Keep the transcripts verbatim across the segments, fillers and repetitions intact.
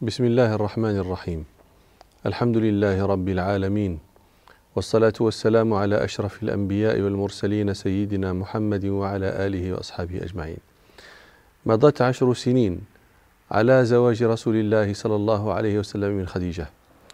بسم الله الرحمن الرحيم. الحمد لله رب العالمين، والصلاة والسلام على أشرف الأنبياء والمرسلين سيدنا محمد وعلى آله وأصحابه أجمعين. مضت عشر سنين على زواج رسول الله صلى الله عليه وسلم من خديجة،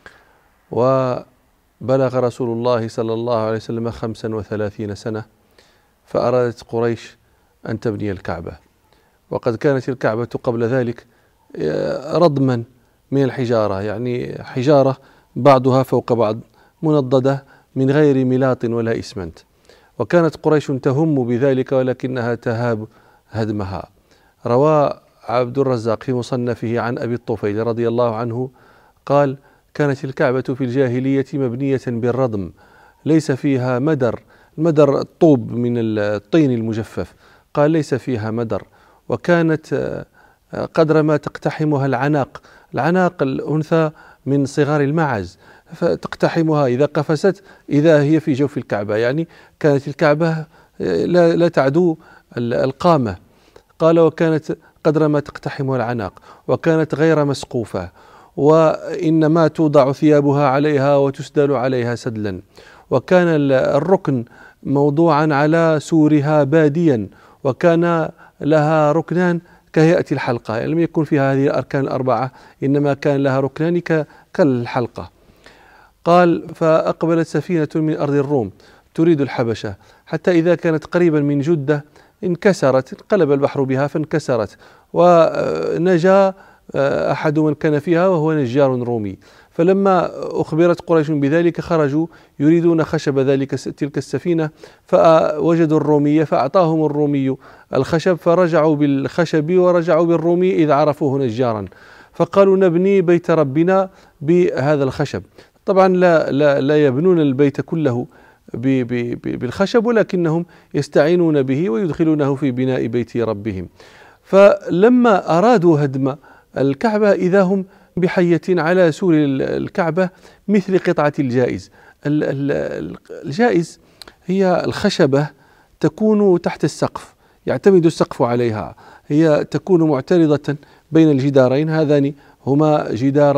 وبلغ رسول الله صلى الله عليه وسلم خمسا وثلاثين سنة، فأرادت قريش أن تبني الكعبة، وقد كانت الكعبة قبل ذلك رضما من الحجارة، يعني حجارة بعضها فوق بعض منضدة من غير ملاط ولا إسمنت، وكانت قريش تهم بذلك ولكنها تهاب هدمها. روى عبد الرزاق في مصنفه عن أبي الطفيل رضي الله عنه قال: كانت الكعبة في الجاهلية مبنية بالردم، ليس فيها مدر، المدر الطوب من الطين المجفف، قال ليس فيها مدر، وكانت قدر ما تقتحمها العناق، العناق الأنثى من صغار المعز، فتقتحمها إذا قفست إذا هي في جوف الكعبة، يعني كانت الكعبة لا, لا تعدو القامة. قال: وكانت قدر ما تقتحمها العناق، وكانت غير مسقوفة، وإنما توضع ثيابها عليها وتسدل عليها سدلا، وكان الركن موضوعا على سورها باديا، وكان لها ركنان كهيئة الحلقة، يعني لم يكن فيها هذه الأركان الأربعة، إنما كان لها ركنان كالحلقة. قال: فأقبلت سفينة من أرض الروم تريد الحبشة، حتى إذا كانت قريبا من جدة انكسرت، انقلب البحر بها فانكسرت، ونجا أحد من كان فيها وهو نجار رومي. فلما أخبرت قريش بذلك خرجوا يريدون خشب ذلك تلك السفينة، فوجدوا الرومية فأعطاهم الرومي الخشب، فرجعوا بالخشب ورجعوا بالرومي إذ عرفوه نجارا، فقالوا: نبني بيت ربنا بهذا الخشب. طبعا لا, لا, لا يبنون البيت كله بالخشب، ولكنهم يستعينون به ويدخلونه في بناء بيت ربهم. فلما أرادوا هدم الكعبة إذا هم بحية على سور الكعبة مثل قطعة الجائز. الجائز هي الخشبة تكون تحت السقف، يعتمد السقف عليها، هي تكون معترضة بين الجدارين، هذان هما جدار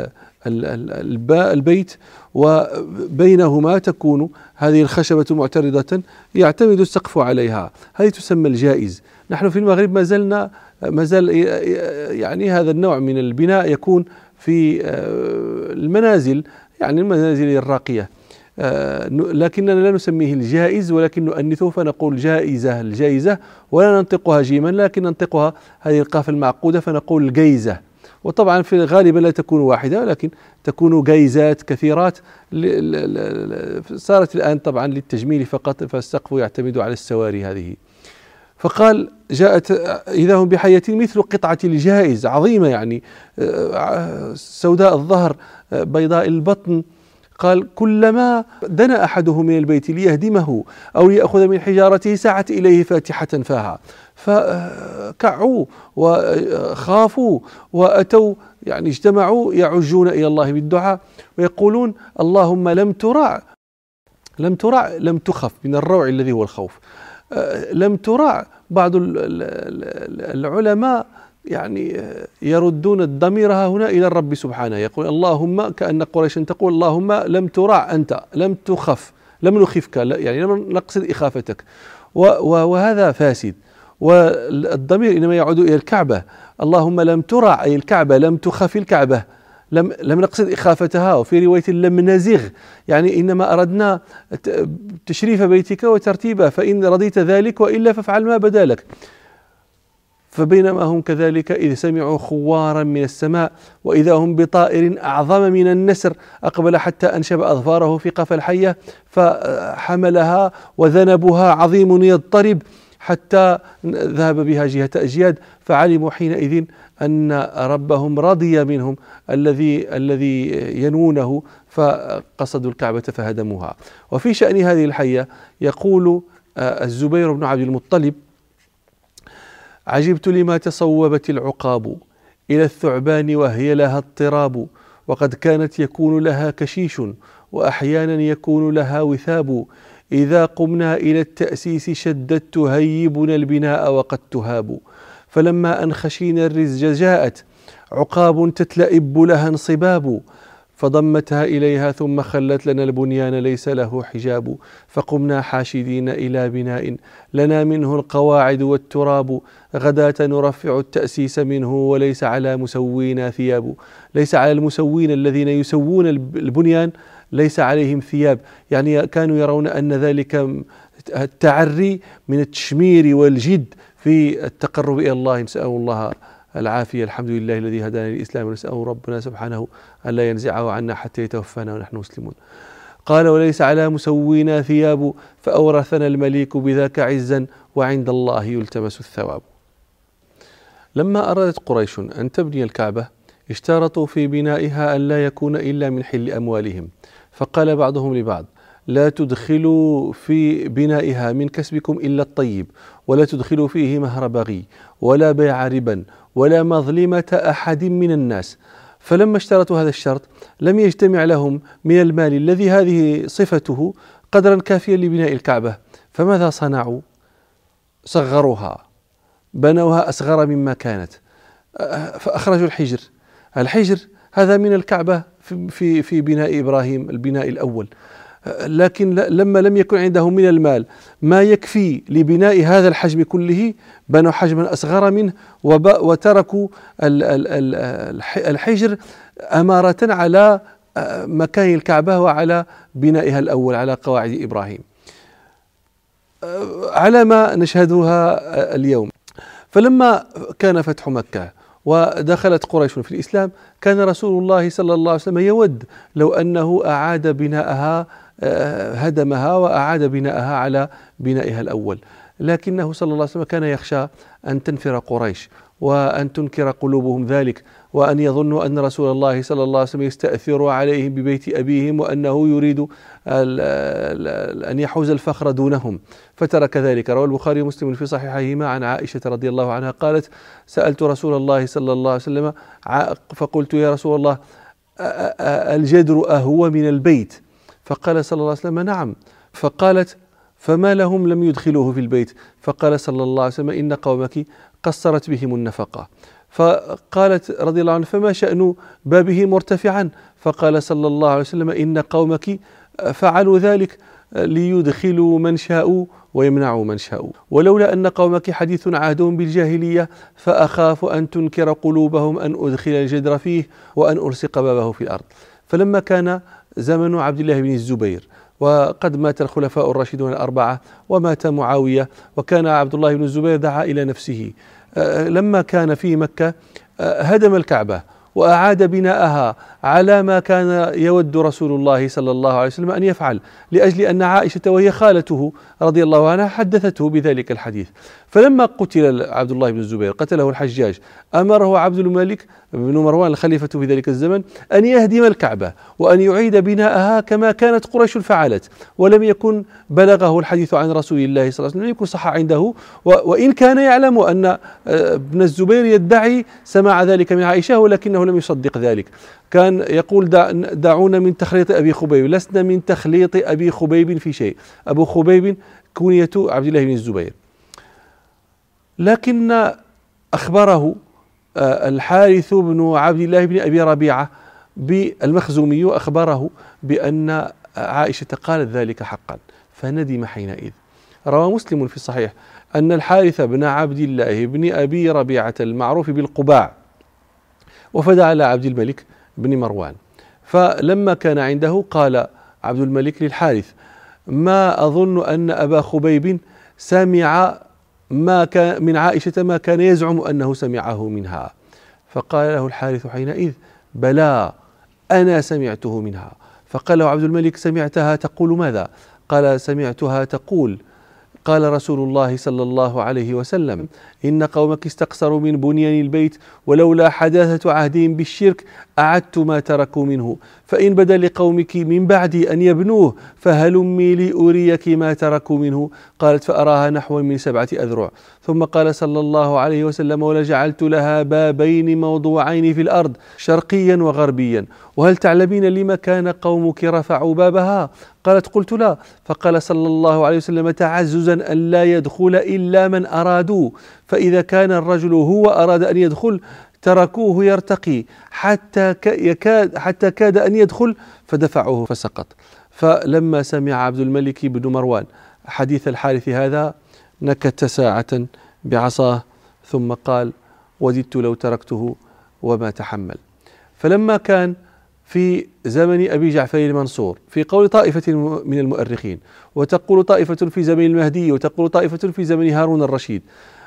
البيت وبينهما تكون هذه الخشبة معترضة يعتمد السقف عليها، هذه تسمى الجائز. نحن في المغرب ما زلنا ما زال يعني هذا النوع من البناء يكون في المنازل، يعني المنازل الراقية، لكننا لا نسميه الجائز ولكن نؤنثه فنقول جائزة، الجائزة، ولا ننطقها جيما لكن ننطقها هذه القاف المعقودة فنقول الجيزة. وطبعا في الغالب لا تكون واحدة ولكن تكون جيزات كثيرات، صارت الآن طبعا للتجميل فقط، فالسقف يعتمد على السواري هذه. فقال: جاءت إذا هم بحية مثل قطعة الجائز، عظيمة يعني سوداء الظهر بيضاء البطن. قال: كلما دنا أحدهم من البيت ليهدمه أو ليأخذ من حجارته سعت إليه فاتحة فاها، فكعوا وخافوا وأتوا، يعني اجتمعوا يعجون إلى الله بالدعاء ويقولون: اللهم لم ترع لم ترع لم تخف، من الروع الذي هو الخوف، لم ترع. بعض العلماء يعني يردون الضمير هنا إلى الرب سبحانه، يقول: اللهم، كأن قريشا تقول: اللهم لم ترع أنت، لم تخف، لم نخفك، يعني لم نقصد إخافتك، وهذا فاسد. والضمير إنما يعود إلى الكعبة، اللهم لم ترع أي الكعبة، لم تخف الكعبة، لم لم نقصد إخافتها. وفي رواية لم نزغ، يعني إنما أردنا تشريف بيتك وترتيبه، فإن رضيت ذلك وإلا فافعل ما بدا لك. فبينما هم كذلك إذ سمعوا خوارا من السماء وإذا هم بطائر أعظم من النسر أقبل حتى أنشب أظفاره في قفا الحية فحملها وذنبها عظيم يضطرب حتى ذهب بها جهة أجياد، فعلموا حينئذ أن ربهم رضي منهم الذي الذي ينوونه، فقصدوا الكعبة فهدموها. وفي شأن هذه الحية يقول الزبير بن عبد المطلب: عجبت لما تصوبت العقاب إلى الثعبان وهي لها اضطراب، وقد كانت يكون لها كشيش وأحيانا يكون لها وثاب، إذا قمنا إلى التأسيس شدت تهيبنا البناء وقد تهاب، فلما أن خشينا الرزج جاءت عقاب تتلئب لها انصباب، فضمتها إليها ثم خلت لنا البنيان ليس له حجاب، فقمنا حاشدين إلى بناء لنا منه القواعد والتراب، غداة نرفع التأسيس منه وليس على مسوينا ثياب. ليس على المسوين الذين يسوون البنيان ليس عليهم ثياب، يعني كانوا يرون أن ذلك التعري من التشمير والجد في التقرب إلى الله. نسأل الله العافية. الحمد لله الذي هدانا للإسلام، ونسأل ربنا سبحانه ألا ينزعه عنا حتى يتوفانا ونحن مسلمون. قال وليس على مسوينا ثياب، فأورثنا المليك بذاك عزا وعند الله يلتمس الثواب. لما أرادت قريش أن تبني الكعبة اشترطوا في بنائها أن لا يكون إلا من حل أموالهم، فقال بعضهم لبعض لا تدخلوا في بنائها من كسبكم إلا الطيب، ولا تدخلوا فيه مهر بغي ولا بيع ربا ولا مظلمة أحد من الناس. فلما اشترطوا هذا الشرط لم يجتمع لهم من المال الذي هذه صفته قدرا كافيا لبناء الكعبة، فماذا صنعوا؟ صغروها، بنوها أصغر مما كانت، فأخرجوا الحجر. الحجر هذا من الكعبة في في بناء إبراهيم البناء الأول، لكن لما لم يكن عندهم من المال ما يكفي لبناء هذا الحجم كله بنوا حجما أصغر منه وتركوا الحجر أمارة على مكان الكعبة وعلى بنائها الأول على قواعد إبراهيم على ما نشهدها اليوم. فلما كان فتح مكة ودخلت قريش في الإسلام كان رسول الله صلى الله عليه وسلم يود لو أنه أعاد بناءها، هدمها وأعاد بناءها على بنائها الأول، لكنه صلى الله عليه وسلم كان يخشى أن تنفر قريش وأن تنكر قلوبهم ذلك، وأن يظنوا أن رسول الله صلى الله عليه وسلم يستأثر عليهم ببيت أبيهم وأنه يريد أن يحوز الفخر دونهم، فترك ذلك. روى البخاري ومسلم في صحيحيهما عن عائشة رضي الله عنها قالت سألت رسول الله صلى الله عليه وسلم فقلت يا رسول الله الجدر أهو من البيت؟ فقال صلى الله عليه وسلم نعم. فقالت فما لهم لم يدخلوه في البيت؟ فقال صلى الله عليه وسلم إن قومك قصرت بهم النفقة. فقالت رضي الله عنها فما شأن بابه مرتفعا؟ فقال صلى الله عليه وسلم إن قومك فعلوا ذلك ليدخلوا من شاءوا ويمنعوا من شاءوا، ولولا أن قومك حديث عهدهم بالجاهلية فأخاف أن تنكر قلوبهم أن أدخل الجدر فيه وأن أرسق بابه في الأرض. فلما كان زمن عبد الله بن الزبير وقد مات الخلفاء الراشدون الأربعة ومات معاوية، وكان عبد الله بن الزبير دعا إلى نفسه لما كان في مكة هدم الكعبة وأعاد بناءها على ما كان يود رسول الله صلى الله عليه وسلم أن يفعل، لأجل أن عائشة وهي خالته رضي الله عنها حدثته بذلك الحديث. فلما قتل عبد الله بن الزبير قتله الحجاج أمره عبد الملك بن مروان الخليفة في ذلك الزمن أن يهدم الكعبة وأن يعيد بناءها كما كانت قريش فعلت، ولم يكن بلغه الحديث عن رسول الله صلى الله عليه وسلم، لم يكن صح عنده، وإن كان يعلم أن ابن الزبير يدعي سماع ذلك من عائشة ولكنه لم يصدق ذلك. كان يقول دعونا من تخليط أبي خبيب، لسنا من تخليط أبي خبيب في شيء. أبو خبيب كنية عبد الله بن الزبير. لكن أخبره الحارث بن عبد الله بن أبي ربيعة بالمخزومي أخبره بأن عائشة قالت ذلك حقا، فندم حينئذ. روى مسلم في الصحيح أن الحارث بن عبد الله بن أبي ربيعة المعروف بالقباع وفد على عبد الملك بن مروان، فلما كان عنده قال عبد الملك للحارث ما أظن أن أبا خبيب سمع ما كان من عائشة ما كان يزعم أنه سمعه منها. فقال له الحارث حينئذ بلى أنا سمعته منها. فقال له عبد الملك سمعتها تقول ماذا؟ قال سمعتها تقول قال رسول الله صلى الله عليه وسلم إن قومك استقصروا من بنيان البيت ولولا حداثة عهدهم بالشرك أعدت ما تركوا منه، فإن بدا لقومك من بعد أن يبنوه فهلمي لأريك ما تركوا منه. قالت فأراها نحو من سبعة أذرع. ثم قال صلى الله عليه وسلم ولجعلت لها بابين موضوعين في الأرض شرقيا وغربيا، وهل تعلمين لما كان قومك رفعوا بابها؟ قالت قلت لا. فقال صلى الله عليه وسلم تعززا أن لا يدخل إلا من أرادوا، فإذا كان الرجل هو أراد أن يدخل تركوه يرتقي حتى يكاد حتى كاد أن يدخل فدفعوه فسقط. فلما سمع عبد الملك بن مروان حديث الحارث هذا نكت ساعة بعصاه ثم قال: وددت لو تركته وما تحمل. فلما كان في زمن أبي جعفر المنصور في قول طائفة من المؤرخين، وتقول طائفة في زمن المهدي، وتقول طائفة في زمن هارون الرشيد،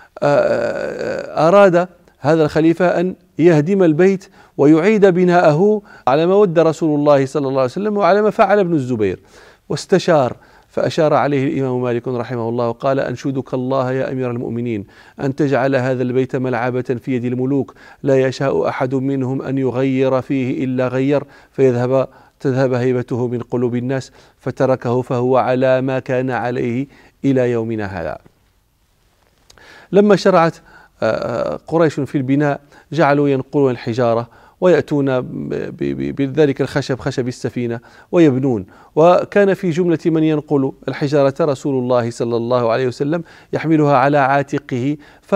أراد هذا الخليفة أن يهدم البيت ويعيد بناءه على ما ود رسول الله صلى الله عليه وسلم وعلى ما فعل ابن الزبير، واستشار فأشار عليه الإمام مالك رحمه الله وقال: أنشدك الله يا أمير المؤمنين أن تجعل هذا البيت ملعبة في يد الملوك لا يشاء أحد منهم أن يغير فيه إلا غير فيذهب تذهب هيبته من قلوب الناس، فتركه فهو على ما كان عليه إلى يومنا هذا. لما شرعت قريش في البناء جعلوا ينقلون الحجارة ويأتون بذلك الخشب خشب السفينة ويبنون، وكان في جملة من ينقل الحجارة رسول الله صلى الله عليه وسلم يحملها على عاتقه،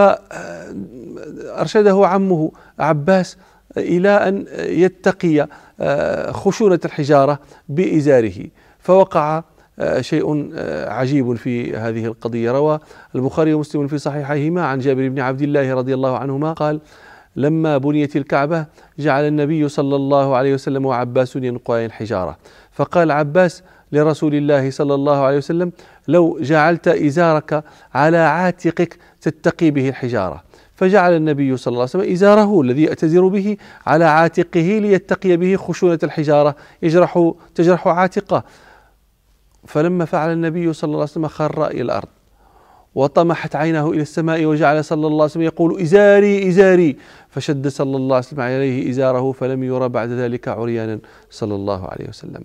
فأرشده عمه عباس إلى أن يتقي خشونة الحجارة بإزاره، فوقع شيء عجيب في هذه القضية. روى البخاري ومسلم في صحيحيهما عن جابر بن عبد الله رضي الله عنهما قال: لما بنيت الكعبة جعل النبي صلى الله عليه وسلم وعباس ينقلان الحجارة، فقال عباس لرسول الله صلى الله عليه وسلم: لو جعلت إزارك على عاتقك تتقي به الحجارة، فجعل النبي صلى الله عليه وسلم إزاره الذي يأتزر به على عاتقه ليتقي به خشونة الحجارة يجرح تجرح عاتقه. فلما فعل النبي صلى الله عليه وسلم خر إلى الأرض وطمحت عينه إلى السماء وجعل صلى الله عليه وسلم يقول: إزاري إزاري، فشد صلى الله عليه وسلم عليه إزاره فلم يرى بعد ذلك عريانا صلى الله عليه وسلم.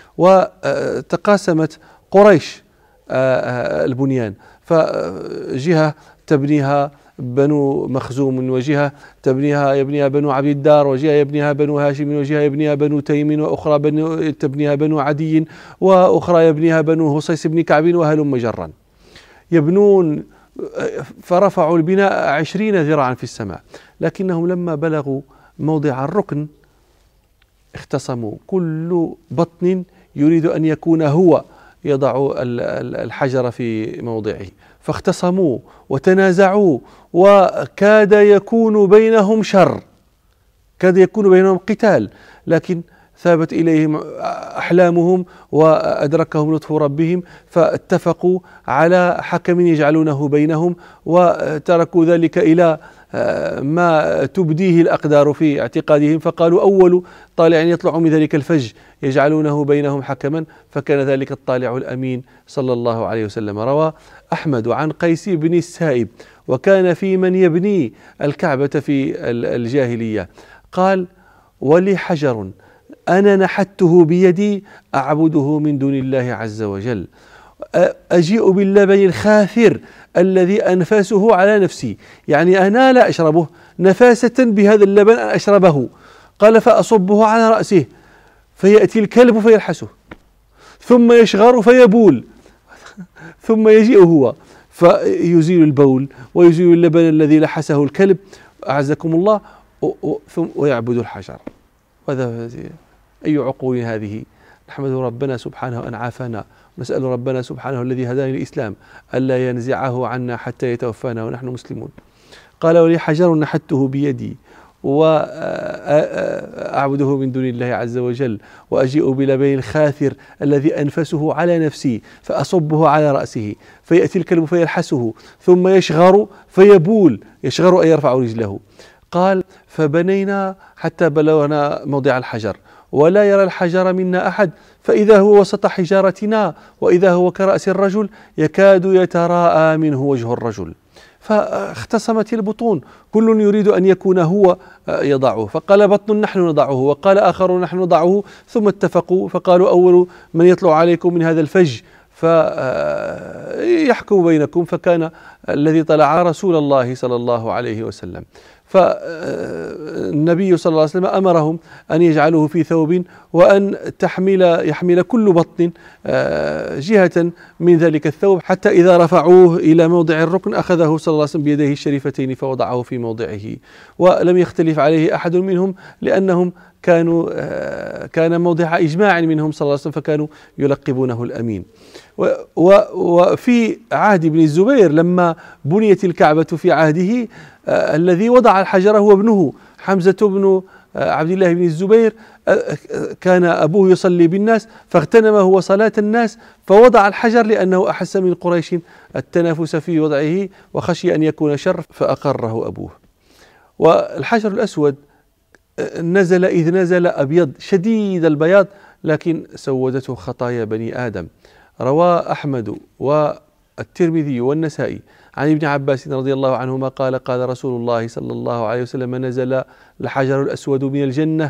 وتقاسمت قريش البنيان، فجهة تبنيها بنو مخزوم، وجهة تبنيها يبنيها بنو عبد الدار، وجهة يبنيها بنو هاشم، وجهة يبنيها بنو تيم، وأخرى بنو تبنيها بنو عدي، وأخرى يبنيها بنو هصيص بن كعب، وهلم جرا يبنون، فرفعوا البناء عشرين ذراعا في السماء. لكنهم لما بلغوا موضع الركن اختصموا، كل بطن يريد أن يكون هو يضع الحجر في موضعه، فاختصموا وتنازعوا وكاد يكون بينهم شر، كاد يكون بينهم قتال، لكن ثابت إليهم أحلامهم وأدركهم لطف ربهم فاتفقوا على حكم يجعلونه بينهم، وتركوا ذلك إلى ما تبديه الأقدار في اعتقادهم، فقالوا: أول طالع يطلع من ذلك الفج يجعلونه بينهم حكما، فكان ذلك الطالع الأمين صلى الله عليه وسلم. روى أحمد عن قيس بن السائب، وكان في من يبني الكعبة في الجاهلية، قال: ولي حجر أنا نحته بيدي أعبده من دون الله عز وجل، أجيء باللبن الخاثر الذي أنفاسه على نفسي، يعني أنا لا أشربه، نفاسة بهذا اللبن أن أشربه، قال: فأصبه على رأسه فيأتي الكلب فيلحسه، ثم يشغر فيبول، ثم يجيء هو فيزيل البول ويزيل اللبن الذي لحسه الكلب أعزكم الله، ثم ويعبد الحجر. وهذا أي عقول هذه! نحمد ربنا سبحانه أن عافانا، ونسأل ربنا سبحانه الذي هدانا للإسلام ألا ينزعه عنا حتى يتوفانا ونحن مسلمون. قال: ولي حجر نحته بيدي وأعبده من دون الله عز وجل، وأجيء بلبن الخاثر الذي أنفسه على نفسي فأصبه على رأسه فيأتي الكلب فيلحسه، ثم يشغر فيبول، يشغر أن يرفع رجله. قال: فبنينا حتى بلغنا موضع الحجر ولا يرى الحجر منا أحد، فإذا هو وسط حجارتنا وإذا هو كرأس الرجل يكاد يتراءى منه وجه الرجل. فاختصمت البطون، كل يريد أن يكون هو يضعه، فقال بطن نحن نضعه، وقال آخر نحن نضعه، ثم اتفقوا فقالوا: أول من يطلع عليكم من هذا الفج فيحكم بينكم، فكان الذي طلع رسول الله صلى الله عليه وسلم. فالنبي صلى الله عليه وسلم أمرهم أن يجعلوه في ثوب وأن تحمل يحمل كل بطن جهة من ذلك الثوب، حتى إذا رفعوه إلى موضع الركن أخذه صلى الله عليه وسلم بيديه الشريفتين فوضعه في موضعه، ولم يختلف عليه أحد منهم لأنهم كانوا كان موضع إجماع منهم صلى الله عليه وسلم، فكانوا يلقبونه الأمين. وفي عهد ابن الزبير لما بنيت الكعبة في عهده الذي وضع الحجر هو ابنه حمزة بن عبد الله بن الزبير، كان أبوه يصلي بالناس فاغتنم هو صلاة الناس فوضع الحجر لأنه أحس من قريش التنافس في وضعه وخشي أن يكون شر فأقره أبوه. والحجر الأسود نزل إذ نزل أبيض شديد البياض لكن سودته خطايا بني آدم. روى أحمد والترمذي والنسائي عن ابن عباس رضي الله عنهما قال قال رسول الله صلى الله عليه وسلم نزل الحجر الأسود من الجنة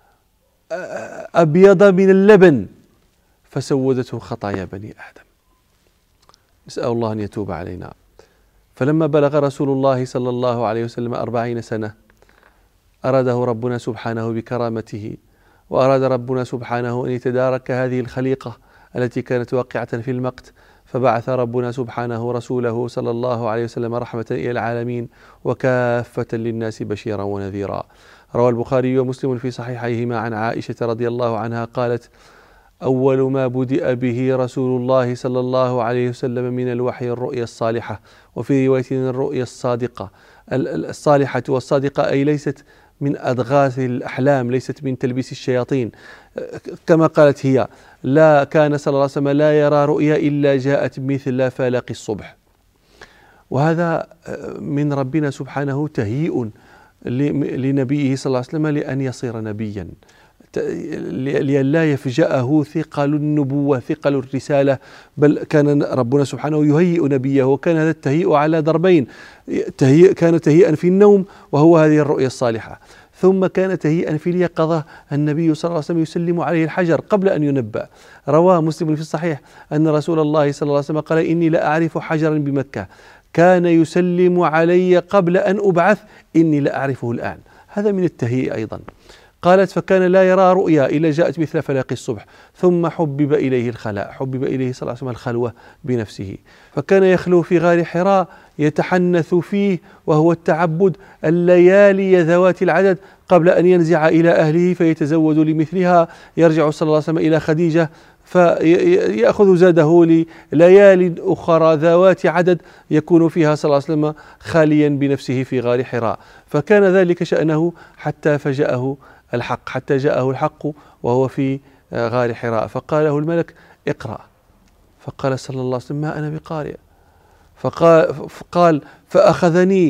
أبيض من اللبن فسودته خطايا بني آدم. نسأل الله أن يتوب علينا. فلما بلغ رسول الله صلى الله عليه وسلم أربعين سنة أراده ربنا سبحانه بكرامته، وأراد ربنا سبحانه أن يتدارك هذه الخليقة التي كانت واقعة في المقت، فبعث ربنا سبحانه رسوله صلى الله عليه وسلم رحمة إلى العالمين وكافة للناس بشيرا ونذيرا. روى البخاري ومسلم في صحيحيهما عن عائشة رضي الله عنها قالت: أول ما بدأ به رسول الله صلى الله عليه وسلم من الوحي الرؤيا الصالحة، وفي رواية الرؤيا الصادقة. الصالحة والصادقة أي ليست من أضغاث الأحلام، ليست من تلبيس الشياطين، كما قالت هي: لا كان صلى الله عليه وسلم لا يرى رؤيا إلا جاءت مثل فلق الصبح. وهذا من ربنا سبحانه تهيئ لنبيه صلى الله عليه وسلم لأن يصير نبيا، لئلا يفجأه ثقل النبوة ثقل الرسالة، بل كان ربنا سبحانه يهيئ نبيه. وكان هذا التهيئ على ضربين: تهيئ كان تهيئا في النوم وهو هذه الرؤيا الصالحة، ثم كان تهيئا في اليقظة. النبي صلى الله عليه وسلم يسلم عليه الحجر قبل أن ينبأ. رواه مسلم في الصحيح أن رسول الله صلى الله عليه وسلم قال: إني لا أعرف حجرا بمكة كان يسلم علي قبل أن أبعث إني لا أعرفه الآن. هذا من التهيئ أيضا. قالت: فكان لا يرى رؤيا إلا جاءت مثل فلق الصبح، ثم حبب إليه الخلاء، حبب إليه صلى الله عليه وسلم الخلوة بنفسه، فكان يخلو في غار حراء يتحنث فيه وهو التعبد الليالي ذوات العدد قبل أن ينزع إلى أهله فيتزود لمثلها. يرجع صلى الله عليه وسلم إلى خديجة فيأخذ زاده لليال أخرى ذوات عدد يكون فيها صلى الله عليه وسلم خاليا بنفسه في غار حراء. فكان ذلك شأنه حتى فجأه الحق، حتى جاءه الحق وهو في غار حراء، فقال له الملك: اقرأ. فقال صلى الله عليه وسلم: ما أنا بقارئ. فقال, فقال فأخذني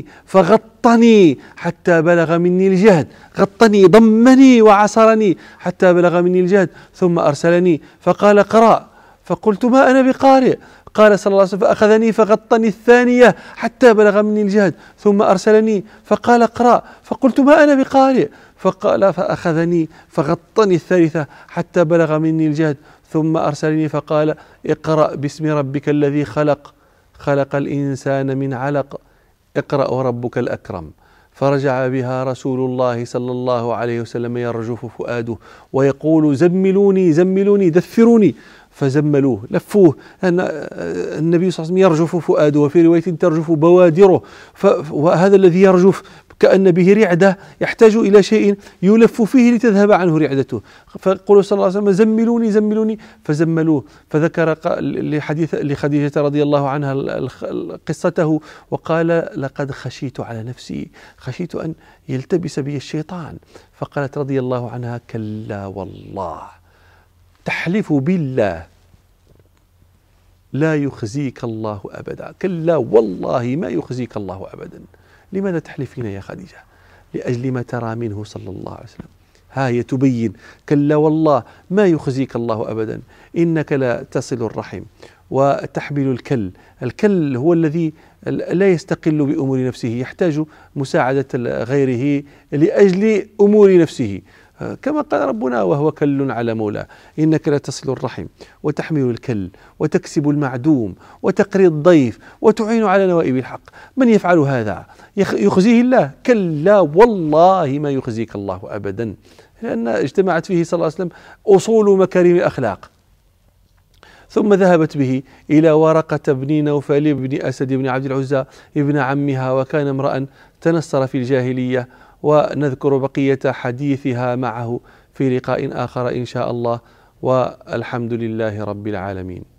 فغطني حتى بلغ مني الجهد، غطني ضمني وعصرني حتى بلغ مني الجهد، ثم أرسلني فقال: اقرأ. فقلت: ما أنا بقارئ. قال صلى الله عليه وسلم: فأخذني فغطني الثانية حتى بلغ مني الجهد، ثم أرسلني فقال: اقرأ. فقلت: ما أنا بقارئ. فقال: فأخذني فغطني الثالثة حتى بلغ مني الجهد، ثم أرسلني فقال: اقرأ باسم ربك الذي خلق خلق الإنسان من علق اقرأ وربك الأكرم. فرجع بها رسول الله صلى الله عليه وسلم يرجف فؤاده ويقول: زملوني زملوني دثروني. فزملوه لفوه. النبي صلى الله عليه وسلم يرجف فؤاده، وفي رواية ترجف بوادره، وهذا الذي يرجف كأن به رعدة يحتاج إلى شيء يلف فيه لتذهب عنه رعدته. فقالوا صلى الله عليه وسلم: زملوني زملوني، فزملوه. فذكر لحديث لخديجة رضي الله عنها قصته وقال: لقد خشيت على نفسي، خشيت أن يلتبس بي الشيطان. فقالت رضي الله عنها: كلا والله، تحلف بالله لا يخزيك الله أبدا، كلا والله ما يخزيك الله أبدا. لماذا تحلفين يا خديجة؟ لأجل ما ترى منه صلى الله عليه وسلم. ها هي تبين: كلا والله ما يخزيك الله أبدا، إنك لا تصل الرحم وتحمل الكل. الكل هو الذي لا يستقل بأمور نفسه، يحتاج مساعدة غيره لأجل أمور نفسه. كما قال ربنا: وهو كل على مولاه، إنك لتصل الرحم وتحمل الكل وتكسب المعدوم وتقري الضيف وتعين على نوائب الحق. من يفعل هذا يخزيه الله؟ كلا والله ما يخزيك الله أبدا، لأن اجتمعت فيه صلى الله عليه وسلم أصول مكارم الأخلاق. ثم ذهبت به إلى ورقة بن نوفل بن أسد بن عبد العزى ابن عمها، وكان امرأ تنصر في الجاهلية، ونذكر بقية حديثها معه في لقاء آخر إن شاء الله، والحمد لله رب العالمين.